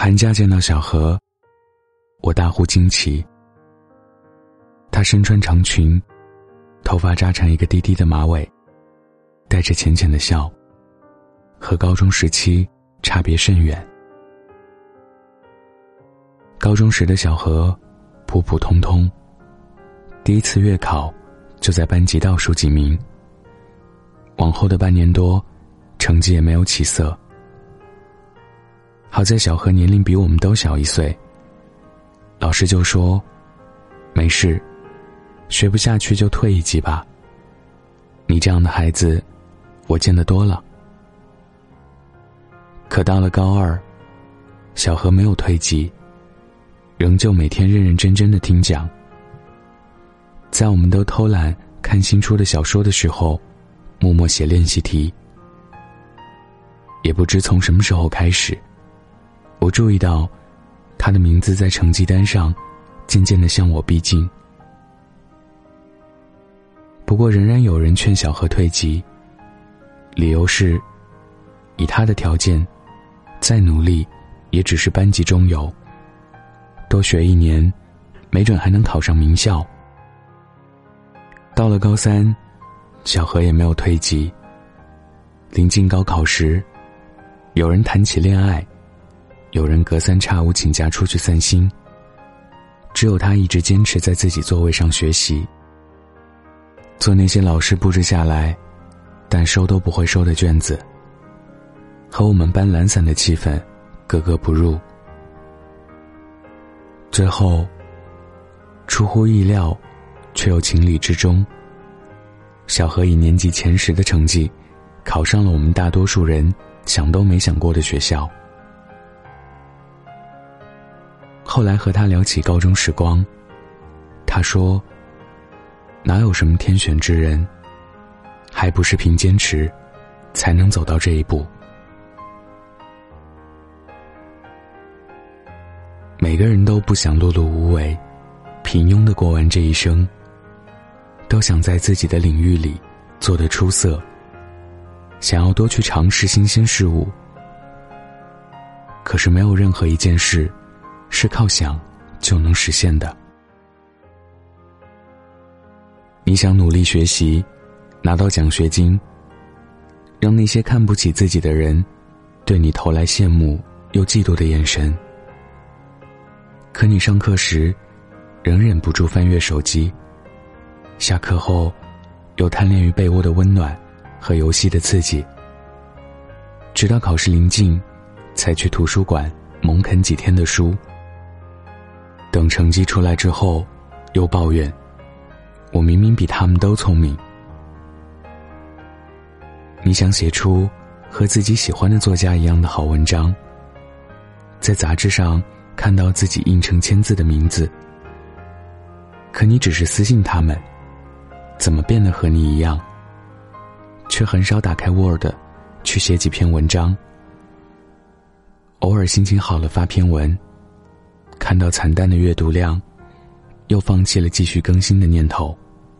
寒假见到小何，我大呼惊奇。她身穿长裙，头发扎成一个低低的马尾，带着浅浅的笑，和高中时期差别甚远。高中时的小何普普通通，第一次月考就在班级倒数几名，往后的半年多成绩也没有起色。好在小何年龄比我们都小1岁，老师就说没事，学不下去就退一级吧，你这样的孩子我见得多了。可到了高2，小何没有退级，仍旧每天认认真真的听讲。在我们都偷懒看新出的小说的时候，默默写练习题。也不知从什么时候开始，我注意到他的名字在成绩单上渐渐地向我逼近。不过仍然有人劝小何退级，理由是以他的条件再努力也只是班级中游，多学1年没准还能考上名校。到了高3，小何也没有退级。临近高考时，有人谈起恋爱，有人隔三差五请假出去散心，只有他一直坚持在自己座位上学习，做那些老师布置下来但收都不会收的卷子，和我们班懒散的气氛格格不入。最后出乎意料却又情理之中，小何以年级前10的成绩考上了我们大多数人想都没想过的学校。后来和他聊起高中时光，他说哪有什么天选之人，还不是凭坚持才能走到这一步。每个人都不想碌碌无为，平庸地过完这一生，都想在自己的领域里做得出色，想要多去尝试新鲜事物。可是没有任何一件事是靠想就能实现的。你想努力学习，拿到奖学金，让那些看不起自己的人对你投来羡慕又嫉妒的眼神。可你上课时仍忍不住翻阅手机，下课后又贪恋于被窝的温暖和游戏的刺激，直到考试临近才去图书馆猛啃几天的书。等成绩出来之后又抱怨我明明比他们都聪明。你想写出和自己喜欢的作家一样的好文章，在杂志上看到自己印成签字的名字，可你只是私信他们怎么变得和你一样，却很少打开 Word 去写几篇文章。偶尔心情好了发篇文，看到惨淡的阅读量，又放弃了继续更新的念头。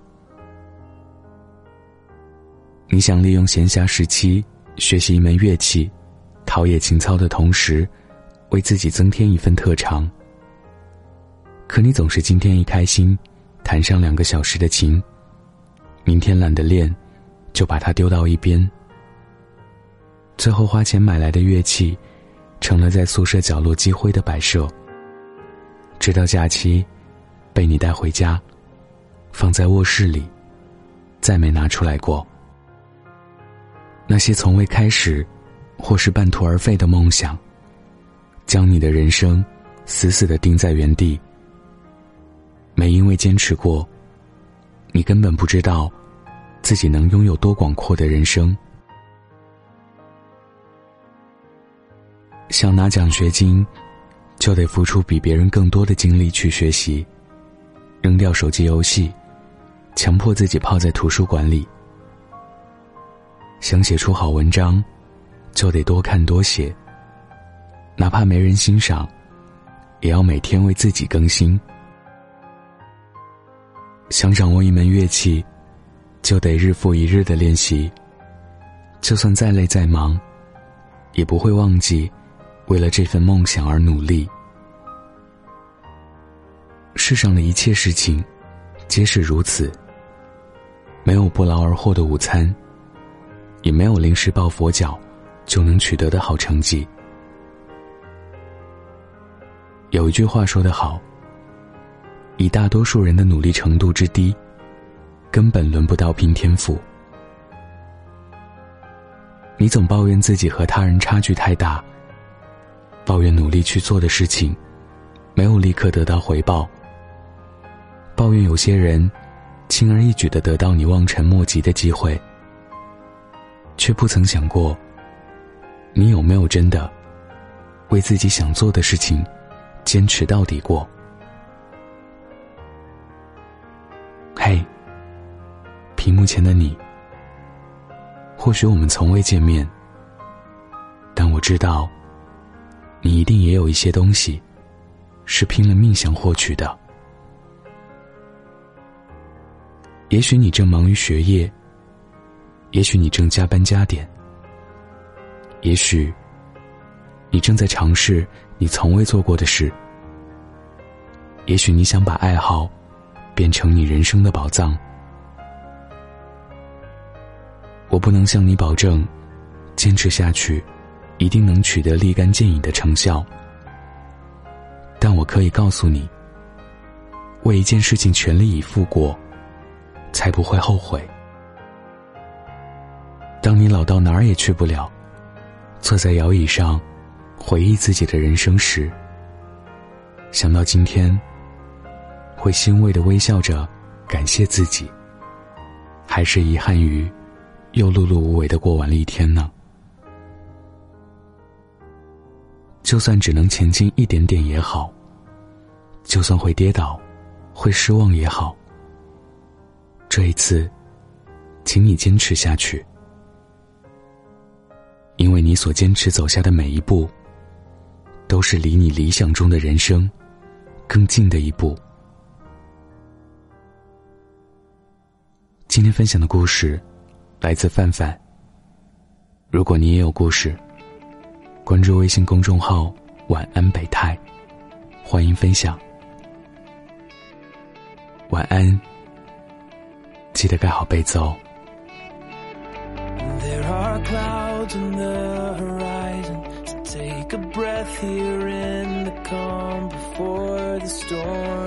你想利用闲暇时期学习一门乐器，陶冶情操的同时为自己增添一份特长，可你总是今天一开心弹上2个小时的琴，明天懒得练就把它丢到一边，最后花钱买来的乐器成了在宿舍角落积灰的摆设，直到假期被你带回家放在卧室里，再没拿出来过。那些从未开始或是半途而废的梦想，将你的人生死死地钉在原地。没因为坚持过，你根本不知道自己能拥有多广阔的人生。想拿奖学金，就得付出比别人更多的精力去学习，扔掉手机游戏，强迫自己泡在图书馆里。想写出好文章，就得多看多写，哪怕没人欣赏，也要每天为自己更新。想掌握一门乐器，就得日复一日的练习，就算再累再忙，也不会忘记为了这份梦想而努力。世上的一切事情皆是如此，没有不劳而获的午餐，也没有临时抱佛脚就能取得的好成绩。有一句话说得好，以大多数人的努力程度之低，根本轮不到拼天赋。你总抱怨自己和他人差距太大，抱怨努力去做的事情没有立刻得到回报，抱怨有些人轻而易举地得到你望尘莫及的机会，却不曾想过，你有没有真的为自己想做的事情坚持到底过？嘿，屏幕前的你，或许我们从未见面，但我知道，你一定也有一些东西是拼了命想获取的。也许你正忙于学业，也许你正加班加点，也许你正在尝试你从未做过的事，也许你想把爱好变成你人生的宝藏。我不能向你保证坚持下去一定能取得立竿见影的成效，但我可以告诉你，为一件事情全力以赴过，才不会后悔。当你老到哪儿也去不了，坐在摇椅上回忆自己的人生时，想到今天，会欣慰地微笑着感谢自己，还是遗憾于又碌碌无为地过完了一天呢？就算只能前进一点点也好，就算会跌倒，会失望也好，这一次，请你坚持下去，因为你所坚持走下的每一步，都是离你理想中的人生更近的一步。今天分享的故事来自范范。如果你也有故事，关注微信公众号晚安北泰，欢迎分享。晚安，记得盖好被子哦。 There are clouds on the horizon, so take a breath here in the calm before the storm